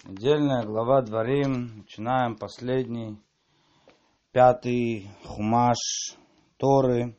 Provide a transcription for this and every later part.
Недельная глава Дворим. Начинаем последний, 5-й хумаш Торы.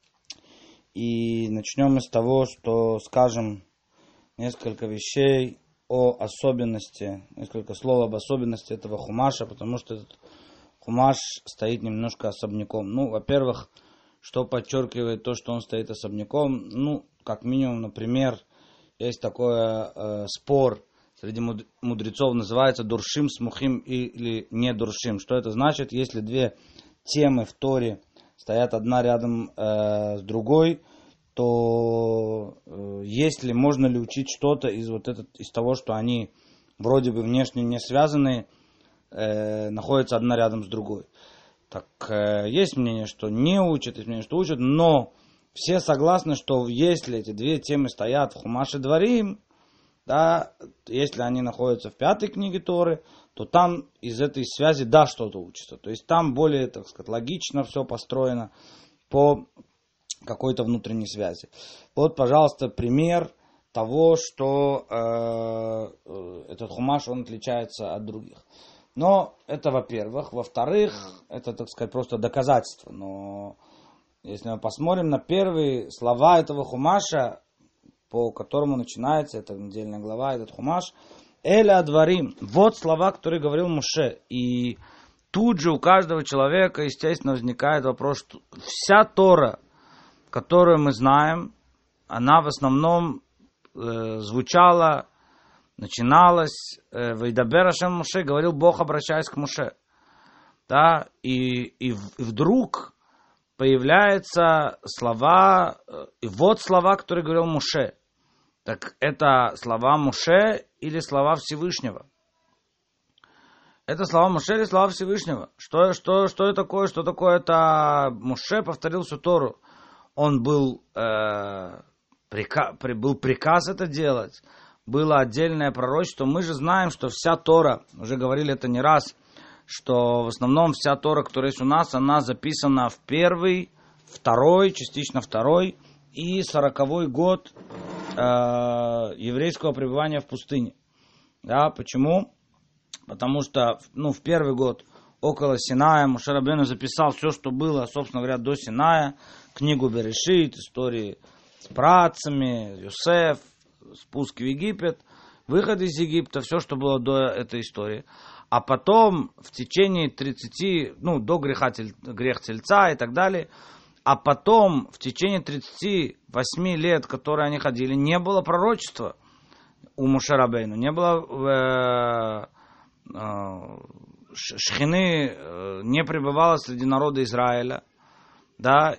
И начнем с того, что скажем несколько вещей о особенности, несколько слов об особенности этого хумаша, потому что этот хумаш стоит немножко особняком. Во-первых, что подчеркивает то, что он стоит особняком? Как минимум, например, есть такой спор среди мудрецов, называется дуршим, смухим или не дуршим. Что это значит? Если две темы в Торе стоят одна рядом с другой, то можно ли учить что-то из того, что они вроде бы внешне не связаны, находятся одна рядом с другой. Так есть мнение, что не учат, есть мнение, что учат, но все согласны, что если эти две темы стоят в Хумаше Дворим, да, если они находятся в 5-й книге Торы, то там из этой связи что-то учится. То есть там более, так сказать, логично все построено по какой-то внутренней связи. Вот, пожалуйста, пример того, что этот хумаш, он отличается от других. Но это во-первых. Во-вторых, это, так сказать, просто доказательство. Но если мы посмотрим на первые слова этого хумаша, по которому начинается эта недельная глава, этот хумаш, «Эля адварим». Вот слова, которые говорил Моше. И тут же у каждого человека, естественно, возникает вопрос, что вся Тора, которую мы знаем, она в основном звучала, начиналась, «Вейдабер Ашем Моше», говорил Бог, обращаясь к Моше. Да? И вдруг появляются слова, и вот слова, которые говорил Моше. Так это слова Моше или слова Всевышнего? Это слова Моше или слова Всевышнего? Что это такое? Что такое это? Моше повторил всю Тору. Он был приказ это делать. Было отдельное пророчество. Мы же знаем, что вся Тора, уже говорили это не раз, что в основном вся Тора, которая есть у нас, она записана в 1-й, 2-й, частично 2-й и 40-й год еврейского пребывания в пустыне. Да, почему? Потому что в 1-й год около Синая Моше Рабейну записал все, что было, собственно говоря, до Синая, книгу Берешит, истории с працами, Йосеф, спуск в Египет, выход из Египта, все, что было до этой истории. А потом в течение 30, до грех тельца и так далее, а потом в течение 38 лет, которые они ходили, не было пророчества у Моше Рабейну, не было шхины, не пребывало среди народа Израиля, да,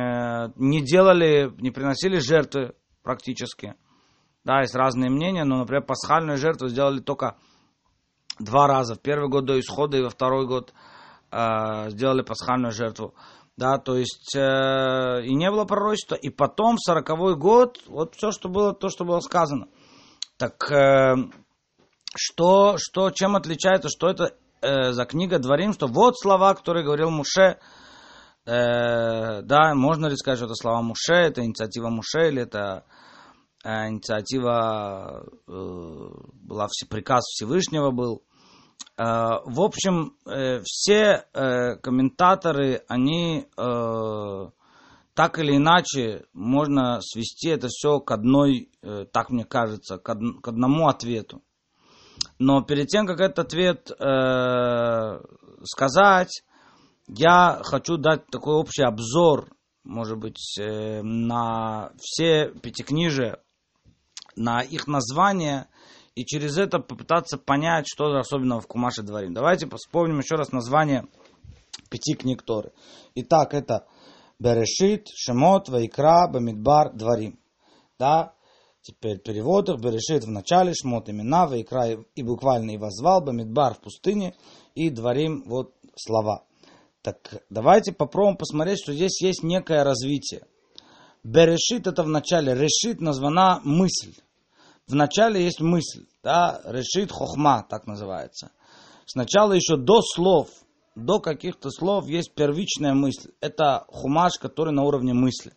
не приносили жертвы практически. Да, есть разные мнения, но, например, пасхальную жертву сделали только 2 раза. В 1-й год до исхода и во 2-й год сделали пасхальную жертву. Да, то есть и не было пророчества. И потом в 40-й год, вот все, что было, то, что было сказано. Так чем отличается, что это за книга Дворим, что вот слова, которые говорил Моше. Да, можно ли сказать, что это слова Моше, это инициатива Моше, или это инициатива была, приказ Всевышнего был. В общем, все комментаторы, они так или иначе, можно свести это все к одной, так мне кажется, к одному ответу. Но перед тем, как этот ответ сказать, я хочу дать такой общий обзор, может быть, на все пятикнижия, на их название, и через это попытаться понять, что особенного в Хумаше Дворим. Давайте вспомним еще раз название 5 книг Торы. Итак, это Берешит, Шемот, Вайкра, Бамидбар, Дворим. Да? Теперь перевод их. Берешит в начале, Шмот имена, Вайкра и буквально и возвал, Бамидбар в пустыне, и Дворим вот слова. Так давайте попробуем посмотреть, что здесь есть некое развитие. Берешит это в начале, решит названа мысль. В начале есть мысль, да, решит хохма, так называется. Сначала еще до слов, до каких-то слов есть первичная мысль. Это хумаш, который на уровне мысли.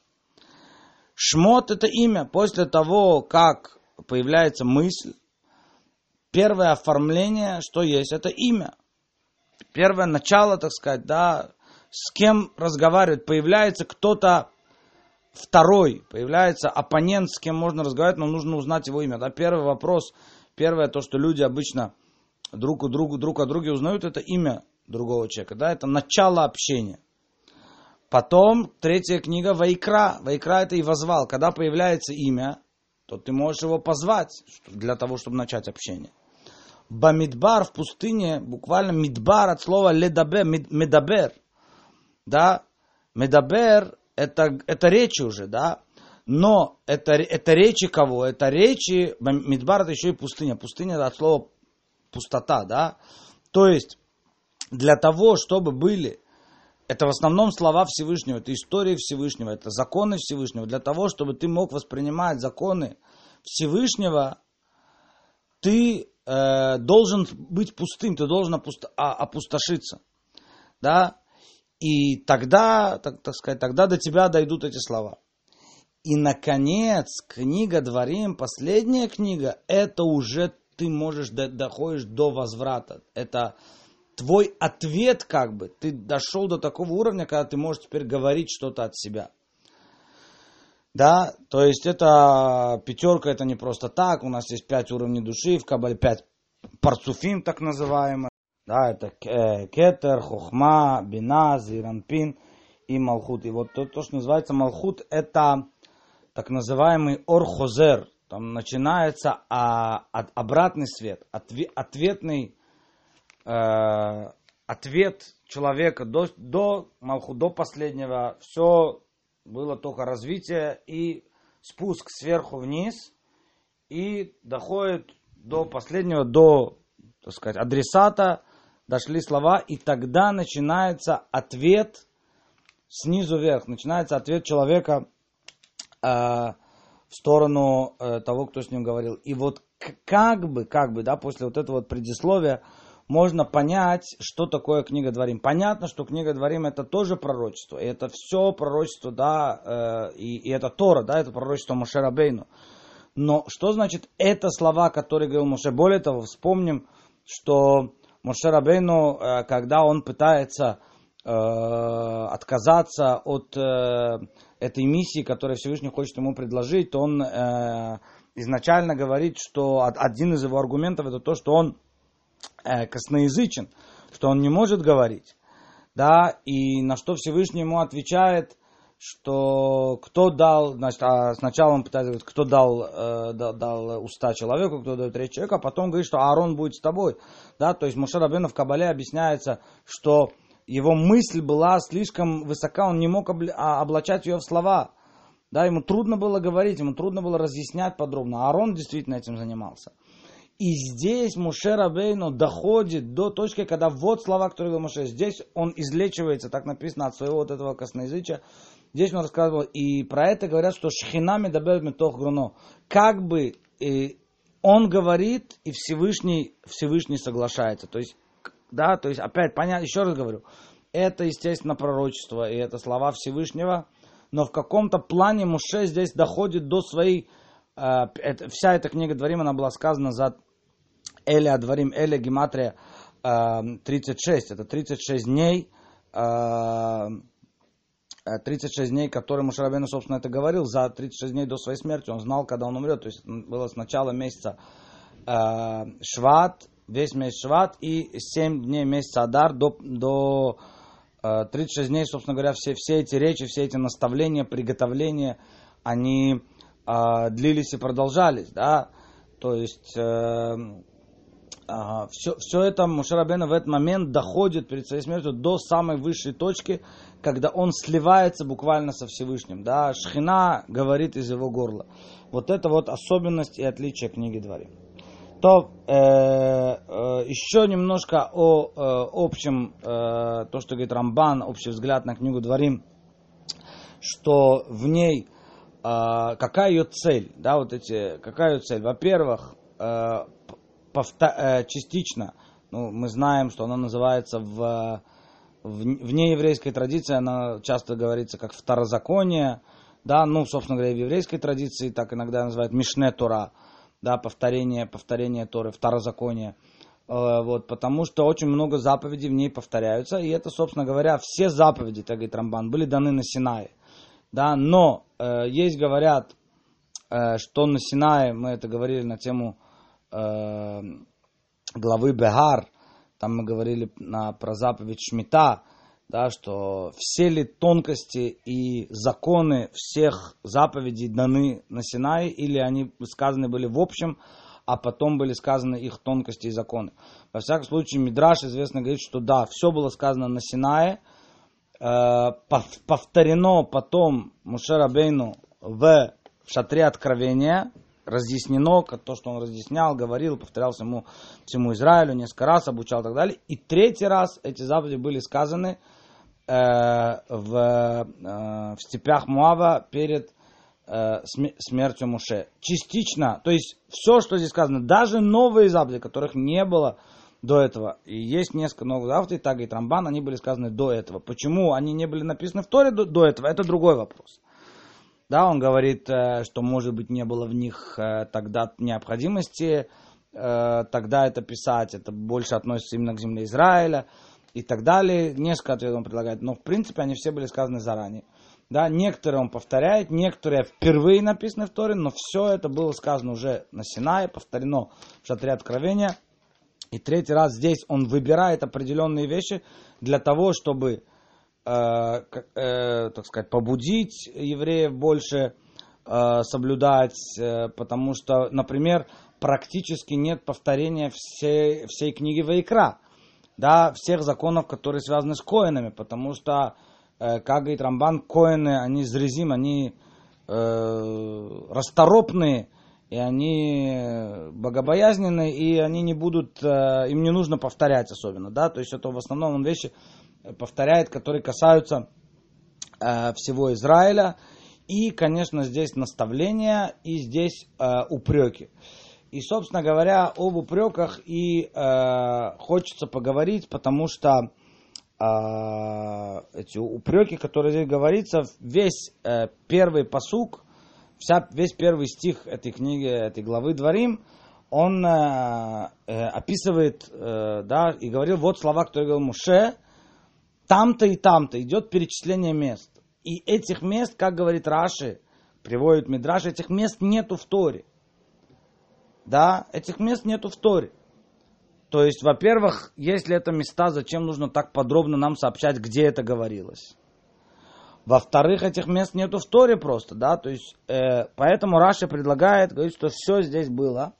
Шмот это имя. После того, как появляется мысль, первое оформление, что есть, это имя. Первое начало, так сказать, да, с кем разговаривать. Появляется кто-то второй, появляется оппонент, с кем можно разговаривать, но нужно узнать его имя. Да, первый вопрос, первое то, что люди обычно друг о друге узнают, это имя другого человека. Да, это начало общения. Потом третья книга Вайкра. Вайкра это и возвал. Когда появляется имя, то ты можешь его позвать для того, чтобы начать общение. Бамидбар в пустыне, буквально мидбар от слова ледабер, медабер. Да, медабер это речи уже, да. Но это речи кого? Это речи, мидбар это еще и пустыня. Пустыня это от слова пустота, да. То есть для того, чтобы были, это в основном слова Всевышнего, это истории Всевышнего, это законы Всевышнего. Для того, чтобы ты мог воспринимать законы Всевышнего, ты должен быть пустым, ты должен опустошиться. Да? И тогда, так сказать, тогда до тебя дойдут эти слова. И, наконец, книга Дворим, последняя книга, это уже ты можешь, доходишь до возврата. Это твой ответ как бы. Ты дошел до такого уровня, когда ты можешь теперь говорить что-то от себя. Да, то есть это пятерка, это не просто так. У нас есть 5 уровней души, в Кабале 5 парцуфим, так называемые. Да, это кетер, хохма, бина, зиранпин и малхут. И вот то, что называется малхут, это так называемый ор-хозер. Там начинается обратный свет, ответный ответ человека до малхут, до последнего. Все было только развитие и спуск сверху вниз, и доходит до последнего, до, так сказать, адресата, дошли слова, и тогда начинается ответ снизу вверх, начинается ответ человека в сторону того, кто с ним говорил. И вот как бы, да, после вот этого вот предисловия можно понять, что такое книга Дворим. Понятно, что книга Дворим это тоже пророчество. И это все пророчество, да, и это Тора, да, это пророчество Моше Рабейну. Но что значит это слова, которые говорил Моше? Более того, вспомним, что Моше Рабейну, когда он пытается отказаться от этой миссии, которую Всевышний хочет ему предложить, то он изначально говорит, что один из его аргументов это то, что он косноязычен, что он не может говорить, да, и на что Всевышний ему отвечает, что кто дал, значит, сначала он пытается говорить, кто дал уста человеку, кто дает речь человеку, а потом говорит, что Аарон будет с тобой, да, то есть Моше Рабейну в Кабале объясняется, что его мысль была слишком высока, он не мог облачать ее в слова, да, ему трудно было говорить, ему трудно было разъяснять подробно, Аарон действительно этим занимался. И здесь Моше Рабейну доходит до точки, когда вот слова, которые говорил Моше, здесь он излечивается, так написано, от своего вот этого косноязычия. Здесь он рассказывал, и про это говорят, что шхинами добавят метох груно. Как бы он говорит, и Всевышний соглашается. То есть, да, то есть опять понятно, еще раз говорю, это, естественно, пророчество, и это слова Всевышнего, но в каком-то плане Моше здесь доходит до своей, вся эта книга Дворим, она была сказана за Эля Дворим, Эля Гематрия 36, это 36 дней, 36 дней, которые Моше Рабейну, собственно, это говорил, за 36 дней до своей смерти, он знал, когда он умрет, то есть было с начала месяца Шват, весь месяц Шват, и 7 дней месяца Адар до 36 дней, собственно говоря, все эти речи, все эти наставления, приготовления, они длились и продолжались, да, то есть все это Моше Рабейну в этот момент доходит перед своей смертью до самой высшей точки, когда он сливается буквально со Всевышним, да, шхина говорит из его горла. Вот это вот особенность и отличие книги Дворим. То еще немножко о общем, то, что говорит Рамбан, общий взгляд на книгу Дворим, что в ней какая ее цель, да, вот эти, какая ее цель? Во-первых, частично, ну, мы знаем, что она называется в нееврейской традиции, она часто говорится как второзаконие, да, ну, собственно говоря, в еврейской традиции так иногда называют Мишне Тора, да, повторение Торы, второзакония. Вот, потому что очень много заповедей в ней повторяются, и это, собственно говоря, все заповеди, так говорит Рамбан, были даны на Синае. Да, но есть, говорят, что на Синае, мы это говорили на тему главы Бехар, там мы говорили про заповедь Шмита, да, что все ли тонкости и законы всех заповедей даны на Синае, или они сказаны были в общем, а потом были сказаны их тонкости и законы. Во всяком случае, Мидраш известно говорит, что да, все было сказано на Синае, повторено потом Моше Рабейну в шатре откровения, разъяснено, то, что он разъяснял, говорил, повторял всему Израилю, несколько раз обучал и так далее. И третий раз эти заповеди были сказаны в степях Моава перед смертью Моше. Частично, то есть все, что здесь сказано, даже новые заповеди, которых не было до этого, и есть несколько новых заповедей, так говорит Рамбан, они были сказаны до этого. Почему они не были написаны в Торе до этого, это другой вопрос. Да, он говорит, что, может быть, не было в них тогда необходимости тогда это писать, это больше относится именно к земле Израиля и так далее. Несколько ответов он предлагает, но, в принципе, они все были сказаны заранее. Да, некоторые он повторяет, некоторые впервые написаны в Торе, но все это было сказано уже на Синае, повторено в шатре откровения. И третий раз здесь он выбирает определенные вещи для того, чтобы так сказать, побудить евреев больше соблюдать, потому что, например, практически нет повторения всей книги Ваикра, да, всех законов, которые связаны с коэнами, потому что, как говорит Рамбан, коэны, они зрезим, они расторопные, и они богобоязненные, и они не будут, им не нужно повторять особенно, да, то есть это в основном он вещи повторяет, которые касаются всего Израиля. И, конечно, здесь наставления, и здесь упреки. И, собственно говоря, об упреках и хочется поговорить, потому что эти упреки, которые здесь говорится, весь первый пасук, весь первый стих этой книги, этой главы Дворим, он описывает, да, и говорил, вот слова, которые говорил Моше, там-то и там-то идет перечисление мест. И этих мест, как говорит Раши, приводит Мидраш, этих мест нету в Торе. Да, этих мест нету в Торе. То есть, во-первых, если это места, зачем нужно так подробно нам сообщать, где это говорилось? Во-вторых, этих мест нету в Торе просто, да, то есть, поэтому Раши предлагает, говорит, что все здесь было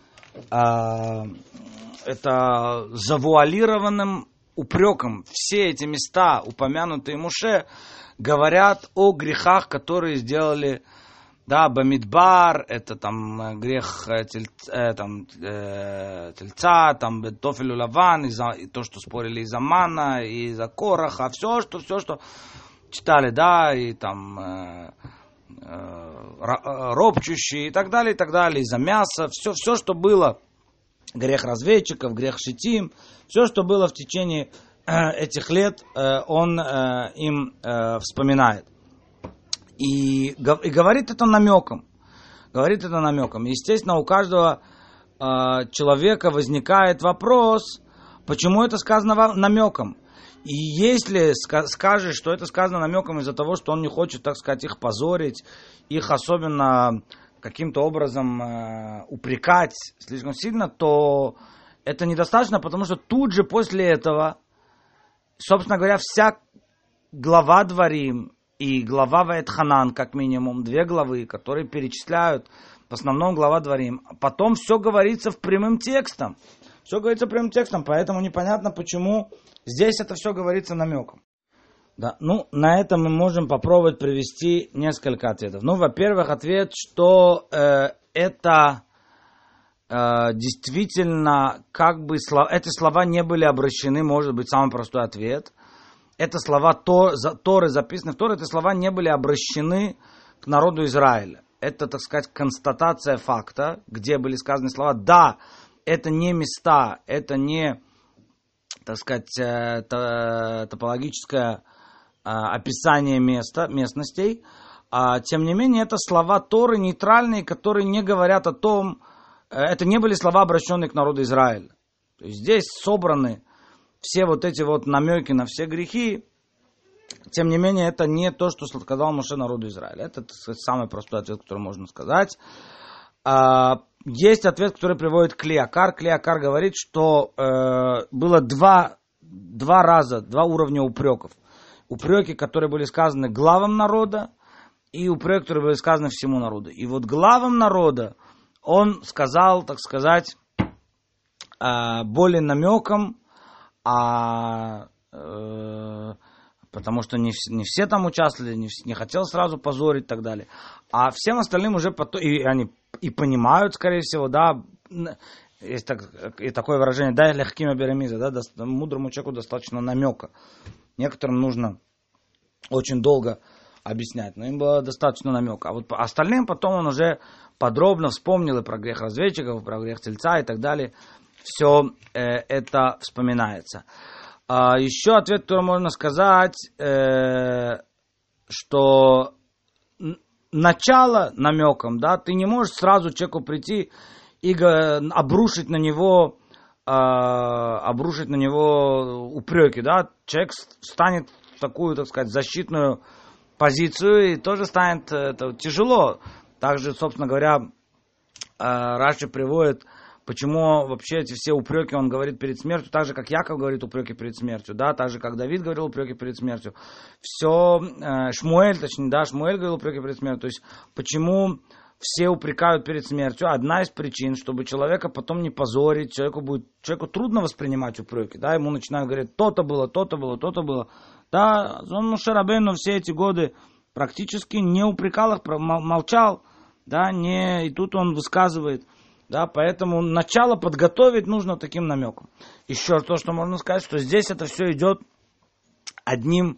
это завуалированным упреком. Все эти места, упомянутые Моше, говорят о грехах, которые сделали, да, Бамидбар, это там грех тельца, там Тофелю Лаван, и то, что спорили из Амана, и из Кораха, все, что читали, да, и там ропчущие, и так далее, из-за мяса, все, что было, грех разведчиков, грех шитим, все, что было в течение этих лет, он им вспоминает. И говорит это намеком. Естественно, у каждого человека возникает вопрос, почему это сказано намеком. И если скажешь, что это сказано намеком из-за того, что он не хочет, так сказать, их позорить, их особенно каким-то образом упрекать слишком сильно, то это недостаточно, потому что тут же после этого, собственно говоря, вся глава Дворим и глава Ваэтханан, как минимум, 2 главы, которые перечисляют, в основном глава Дворим, потом все говорится прямым текстом. Все говорится прямым текстом, поэтому непонятно, почему здесь это все говорится намеком. Да, на этом мы можем попробовать привести несколько ответов. Во-первых, ответ, что это действительно, эти слова не были обращены, может быть, самый простой ответ. Это слова Торы, записаны в Торе, эти слова не были обращены к народу Израиля. Это, так сказать, констатация факта, где были сказаны слова. Да, это не места, это не, так сказать, топологическое описание местностей. Тем не менее, это слова Торы нейтральные, которые не говорят о том, это не были слова, обращенные к народу Израиля. То есть здесь собраны все вот эти вот намеки на все грехи. Тем не менее, это не то, что сказал Моше народу Израиля. Это, так сказать, самый простой ответ, который можно сказать. Есть ответ, который приводит Клеякар. Клеякар говорит, что было два уровня упреков. Упреки, которые были сказаны главам народа, и упреки, которые были сказаны всему народу. И вот главам народа он сказал, так сказать, более намеком, потому что не все там участвовали, не хотел сразу позорить и так далее. А всем остальным уже потом, и они и понимают, скорее всего, да, есть такое выражение, да, легким беремиза, да, мудрому человеку достаточно намека. Некоторым нужно очень долго объяснять, но им было достаточно намека. А вот остальным потом он уже подробно вспомнил и про грех разведчиков, и про грех тельца и так далее. Все это вспоминается. Еще ответ, который можно сказать, что начало намеком, да, ты не можешь сразу человеку прийти и обрушить на него упреки, да, человек станет в такую, так сказать, защитную позицию и тоже станет тяжело. Также, собственно говоря, Раши приводит, почему вообще эти все упреки он говорит перед смертью, так же, как Яков говорит упреки перед смертью, да, так же, как Давид говорил упреки перед смертью. Все, Шмуэль говорил упреки перед смертью. То есть, почему все упрекают перед смертью? Одна из причин, чтобы человека потом не позорить, человеку трудно воспринимать упреки, да, ему начинают говорить, то-то было, то-то было, то-то было. Да, Моше Рабейну все эти годы практически не упрекал их, молчал, да, и тут он высказывает. Да, поэтому начало подготовить нужно таким намеком. Еще то, что можно сказать, что здесь это все идет одним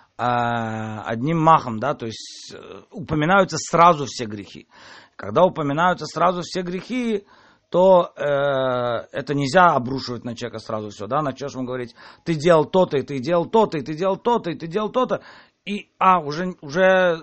махом, да, то есть упоминаются сразу все грехи. Когда упоминаются сразу все грехи, то это нельзя обрушивать на человека сразу все, да, начнешь ему говорить, ты делал то-то, и ты делал то-то, и ты делал то-то, и ты делал то-то, и уже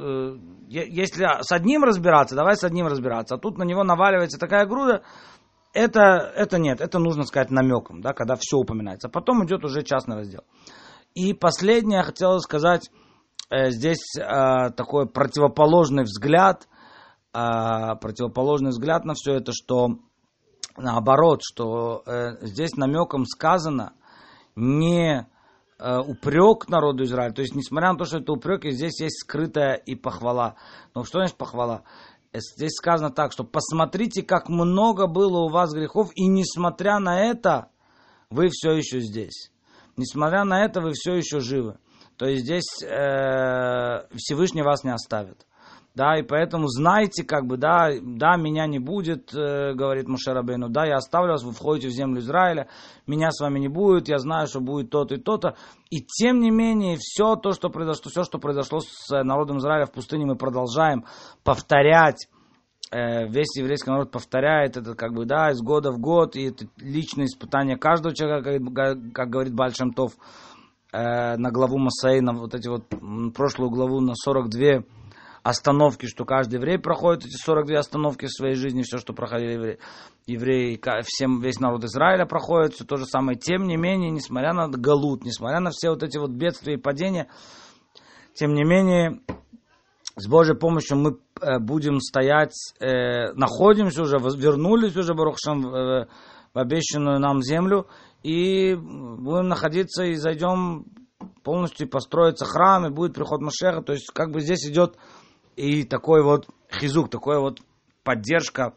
если с одним разбираться, давай с одним разбираться, а тут на него наваливается такая груда, это нет, это нужно сказать намеком, да, когда все упоминается. На идет уже частный раздел. И последнее я хотел сказать, здесь такой противоположный взгляд на все это, что наоборот, что здесь намеком сказано не упрек народу Израиля. То есть, несмотря на то, что это упрек, и здесь есть скрытая и похвала. Но что значит похвала? Здесь сказано так, что посмотрите, как много было у вас грехов, и несмотря на это, вы все еще здесь. Несмотря на это, вы все еще живы. То есть здесь Всевышний вас не оставит. Да, и поэтому знайте, как бы, да, меня не будет, говорит Моше Рабейну, да, я оставлю вас, вы входите в землю Израиля, меня с вами не будет, я знаю, что будет то-то и то-то. И тем не менее, все, что произошло с народом Израиля в пустыне, мы продолжаем повторять. Весь еврейский народ повторяет это, как бы, да, из года в год, и это личное испытание каждого человека, как говорит Бааль Шем Тов, на главу Масаи, на вот эти вот, прошлую главу, на 42 остановки, что каждый еврей проходит эти 42 остановки в своей жизни, все, что проходили евреи, весь народ Израиля проходит, все то же самое. Тем не менее, несмотря на галут, несмотря на все вот эти вот бедствия и падения, тем не менее, с Божьей помощью мы будем стоять, находимся уже, вернулись уже, Барух Шем, в обещанную нам землю, и будем находиться, и зайдем полностью, и построится храм, и будет приход Машеха. То есть, как бы здесь идет и такой вот хизук, такая вот поддержка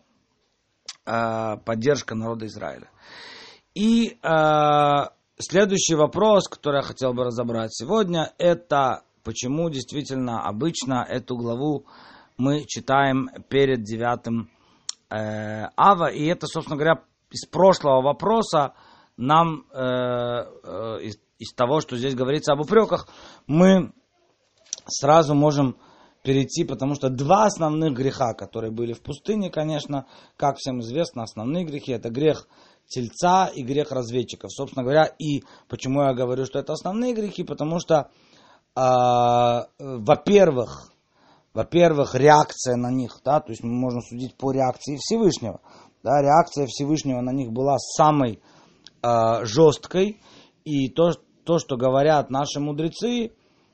народа Израиля. И следующий вопрос, который я хотел бы разобрать сегодня, это почему действительно обычно эту главу мы читаем перед 9 Ава. И это, собственно говоря, из прошлого вопроса нам, из того, что здесь говорится об упреках, мы сразу можем перейти, потому что два основных греха, которые были в пустыне, конечно, как всем известно, основные грехи, это грех тельца и грех разведчиков. Собственно говоря, и почему я говорю, что это основные грехи, потому что, во-первых, реакция на них, да, то есть мы можем судить по реакции Всевышнего, Да, реакция Всевышнего на них была самой жесткой. И то, что говорят наши мудрецы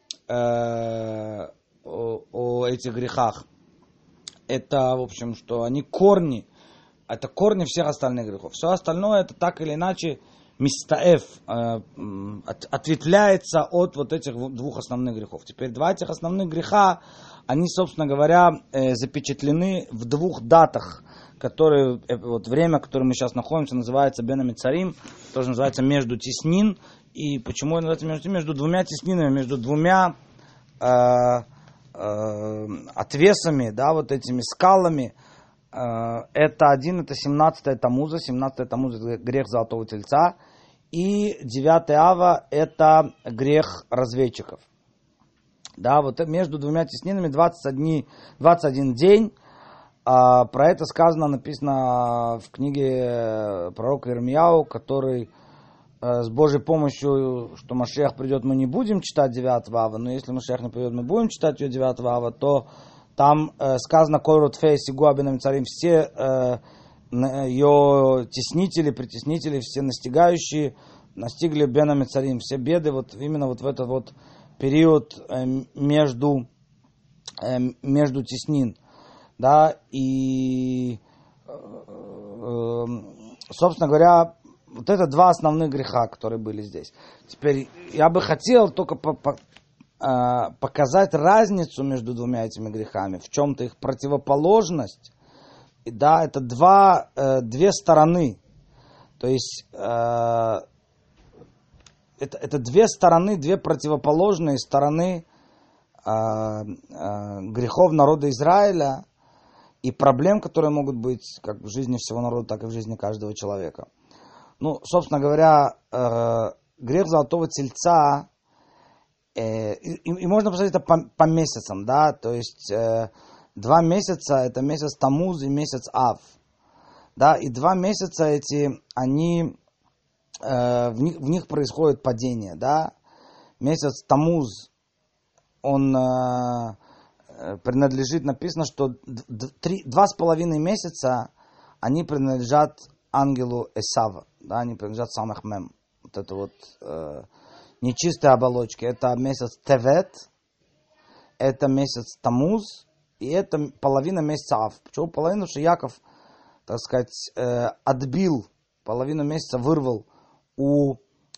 о этих грехах, это, в общем, что они корни, это корни всех остальных грехов. Все остальное, это так или иначе мистаэф, ответвляется от вот этих двух основных грехов. Теперь два этих основных греха, они, собственно говоря, запечатлены в двух датах, которые, вот время, в котором мы сейчас находимся, называется Бен Амицарим, тоже называется между теснин. И почему это называется между двумя теснинами, между двумя отвесами, да, вот этими скалами. Это 17-е Тамуза, 17-е Тамуза это грех Золотого Тельца, и 9 Ава это грех разведчиков. Да, вот между двумя теснинами 21 день. Про это сказано, написано в книге пророка Ирмияу, который с Божьей помощью, что Машиах придет, мы не будем читать 9 Ава, но если Машиах не придет, мы будем читать ее 9 Ава, то там сказано «Койрот фей сигуа бен амицарим», все ее теснители, притеснители, все настигающие настигли бен амицарим, все беды вот именно вот в этот вот период между теснин. Да, и, собственно говоря, вот это два основных греха, которые были здесь. Теперь я бы хотел только показать разницу между двумя этими грехами, в чем-то их противоположность. И да, это две стороны. То есть это две стороны, две противоположные стороны грехов народа Израиля и проблем, которые могут быть как в жизни всего народа, так и в жизни каждого человека. Ну, собственно говоря, грех Золотого Тельца, и можно посмотреть это по месяцам, да, то есть 2 месяца, это месяц Тамуз и месяц Ав, да, и 2 месяца эти, они, в них происходит падение, да, месяц Тамуз, он принадлежит, написано, что 2,5 месяца они принадлежат ангелу Эсава, да, они принадлежат самых мем, вот это вот нечистые оболочки. Это месяц Тевет, это месяц Тамуз, и это половина месяца Ав. Почему половина? Потому что Яков, так сказать, отбил, половину месяца вырвал у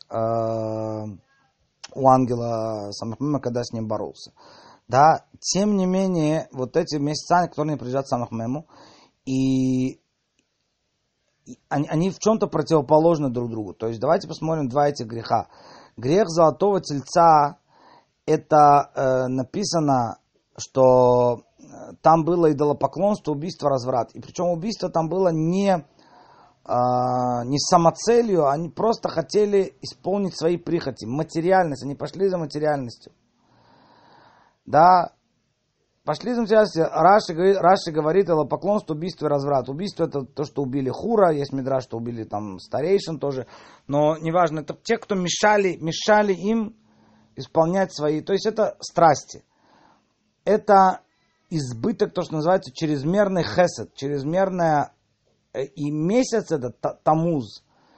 ангела самых мем, когда с ним боролся. Да, тем не менее, вот эти месяца, которые не принадлежат самых мему, и они в чем-то противоположны друг другу. То есть давайте посмотрим два этих греха. Грех Золотого Тельца, это написано, что там было идолопоклонство, убийство, разврат. И причем убийство там было не самоцелью, они просто хотели исполнить свои прихоти, материальность, они пошли за материальностью. Да, пошли за материальностью. Раши говорит идолопоклонство, убийство и разврат. Убийство это то, что убили Хура, есть мидраш, что убили там старейшин тоже, но неважно, это те, кто мешали им исполнять свои, то есть это страсти. Это избыток, то, что называется чрезмерный хесед, чрезмерная, и месяц это Тамуз.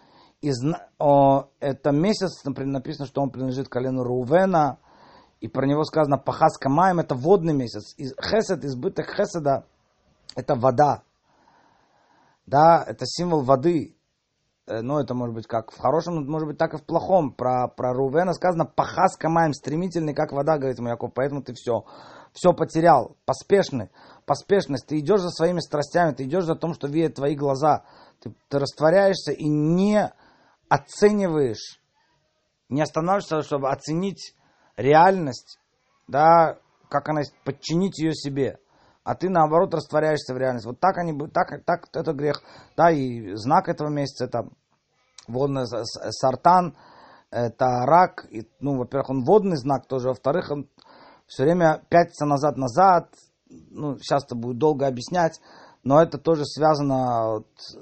Это месяц, например, написано, что он принадлежит колену Рувена, и про него сказано Пахас Камаем, это водный месяц. И хесед, избыток хеседа, это вода. Да, это символ воды. Ну, это может быть как в хорошем, может быть так и в плохом. Про Рувена сказано Пахас Камаем, стремительный, как вода, говорит ему Яков, поэтому ты все потерял. Поспешность. Ты идешь за своими страстями, ты идешь за тем, что видят твои глаза. Ты растворяешься и не оцениваешь, не останавливаешься, чтобы оценить реальность, да, как она, подчинить ее себе. А ты, наоборот, растворяешься в реальность. Вот так так это грех. Да, и знак этого месяца, это водный сартан, это рак. И, ну, во-первых, он водный знак тоже. Во-вторых, он все время пятится назад. Ну, сейчас это будет долго объяснять. Но это тоже связано,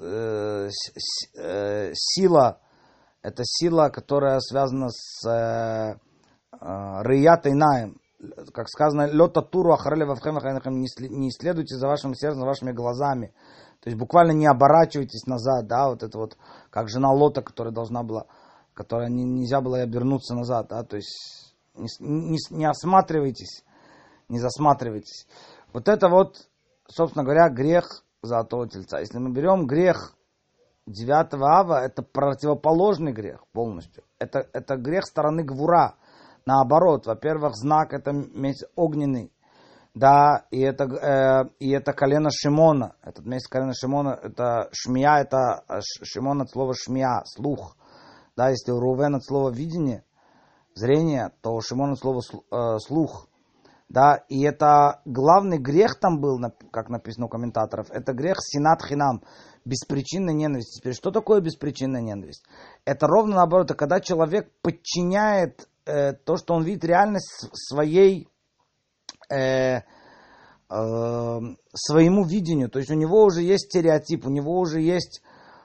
сила. Это сила, которая связана с Рыят Инаем, как сказано, лёта туру ахареле вавхем ахайнахем, не исследуйте за вашим сердцем, за вашими глазами. То есть буквально не оборачивайтесь назад, да, вот это вот, как жена Лота, которая должна была, которая нельзя было обернуться назад, да, то есть не осматривайтесь, не засматривайтесь. Вот это вот, собственно говоря, грех золотого тельца. Если мы берем грех 9 ава, это противоположный грех полностью. Это грех стороны Гвура. Наоборот, во-первых, знак это месяц огненный. Да, и это колено Шимона. Этот месяц колено Шимона, это шмия, это Шимон от слова шмия, слух. Да, если у Рувена от слова видение, зрение, то у Шимона от слова слух. Да, и это главный грех там был, как написано у комментаторов, это грех синат хинам, беспричинной ненависти. Теперь, что такое беспричинная ненависть? Это ровно наоборот, это когда человек подчиняет то, что он видит реальность своей своему видению. То есть у него уже есть стереотип, у него уже есть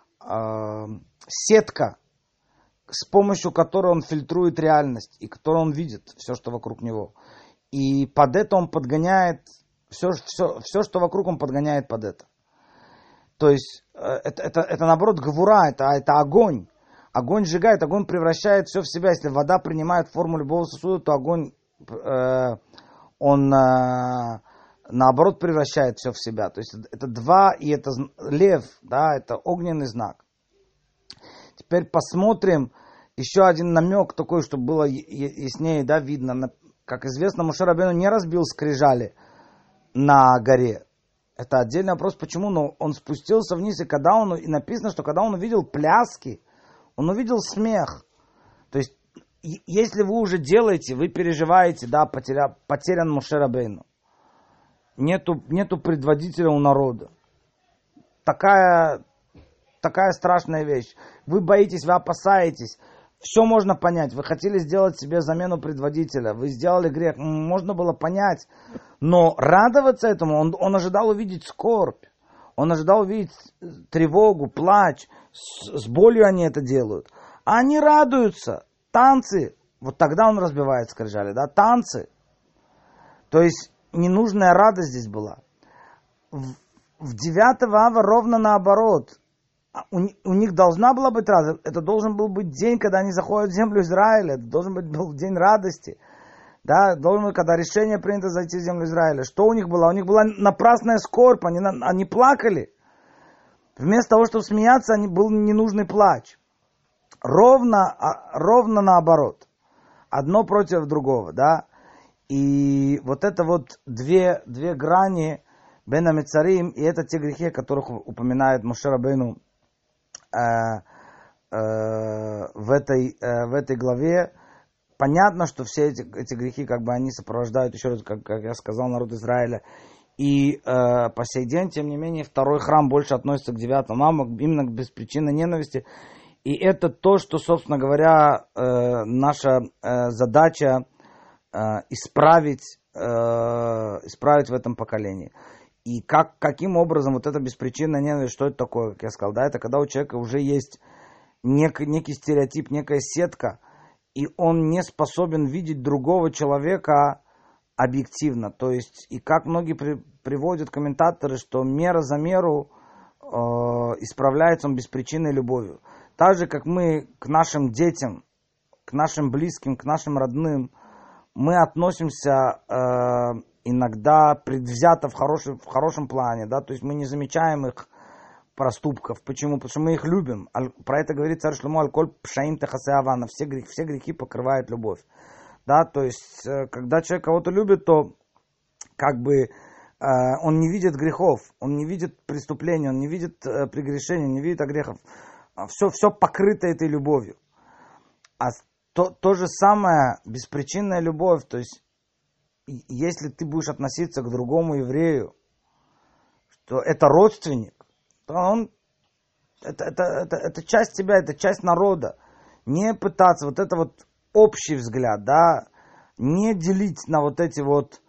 сетка, с помощью которой он фильтрует реальность и которой он видит все, что вокруг него. И под это он подгоняет все, что вокруг, он подгоняет под это. То есть это наоборот гвура, это огонь. Огонь сжигает, огонь превращает все в себя. Если вода принимает форму любого сосуда, то огонь он наоборот превращает все в себя. То есть это два, и это лев, да, это огненный знак. Теперь посмотрим еще один намек такой, чтобы было яснее, да, видно. Как известно, Моше Рабейну не разбил скрижали на горе. Это отдельный вопрос, почему, но он спустился вниз, и написано, что когда он увидел пляски, он увидел смех. То есть, если вы уже делаете, вы переживаете, да, потерян Моше Рабейну. Нету предводителя у народа. Такая страшная вещь. Вы боитесь, вы опасаетесь. Все можно понять. Вы хотели сделать себе замену предводителя. Вы сделали грех. Можно было понять. Но радоваться этому, он ожидал увидеть скорбь. Он ожидал увидеть тревогу, плач. С болью они это делают. А они радуются. Танцы. Вот тогда он разбивает скрижали. Да? Танцы. То есть ненужная радость здесь была. В 9 ава ровно наоборот. У них должна была быть радость. Это должен был быть день, когда они заходят в землю Израиля. Это должен был день радости. Да, должен быть, когда решение принято зайти в землю Израиля. Что у них было? У них была напрасная скорбь. Они плакали. Вместо того, чтобы смеяться, был ненужный плач. Ровно наоборот. Одно против другого. Да? И вот это вот две грани Бен Амицарим, и это те грехи, о которых упоминает Моше Рабейну в этой главе. Понятно, что все эти грехи, как бы они сопровождают, еще раз, как я сказал, народ Израиля. И по сей день, тем не менее, второй храм больше относится к 9 аву, именно к беспричинной ненависти. И это то, что, собственно говоря, наша задача исправить в этом поколении. И каким образом вот эта беспричинная ненависть, что это такое, как я сказал, да, это когда у человека уже есть некий стереотип, некая сетка, и он не способен видеть другого человека объективно. То есть, и как многие приводят комментаторы, что мера за меру исправляется он беспричинной любовью. Так же, как мы к нашим детям, к нашим близким, к нашим родным, мы относимся иногда предвзято в хорошем плане, да, то есть мы не замечаем их проступков. Почему? Потому что мы их любим. Про это говорит царь Шломо: «Аль-коль пшаим техасе авана». Все грехи покрывает любовь. Да, то есть, когда человек кого-то любит, то как бы он не видит грехов, он не видит преступлений, он не видит прегрешений, он не видит грехов. Все покрыто этой любовью. А то же самое беспричинная любовь, то есть если ты будешь относиться к другому еврею, что это родственник, то это часть тебя, это часть народа. Не пытаться, вот это вот общий взгляд, да, не делить на вот эти вот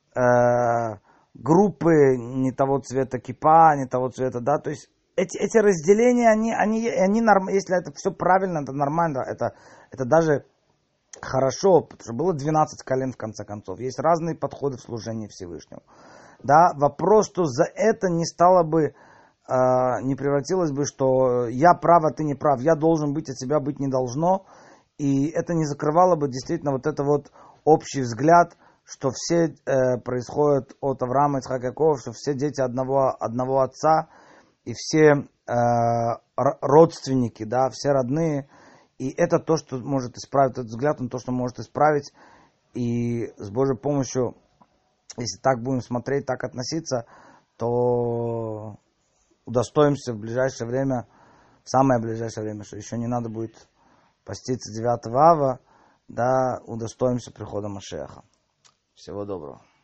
группы не того цвета кипа, не того цвета, да, то есть эти разделения, они нормально, если это все правильно, это нормально, это даже хорошо, потому что было 12 колен в конце концов. Есть разные подходы в служении Всевышнему. Да, вопрос, что за это не стало бы не превратилось бы, что я прав, а ты не прав, я должен быть, а тебя быть не должно. И это не закрывало бы действительно вот это вот общий взгляд, что все происходят от Авраама Ицхака Якова, что все дети одного отца, и все родственники, да, все родные. И это то, что может исправить этот взгляд, он то, что может исправить. И с Божьей помощью, если так будем смотреть, так относиться, то удостоимся в ближайшее время, в самое ближайшее время, что еще не надо будет поститься 9 ава, да, удостоимся прихода Машеха. Всего доброго.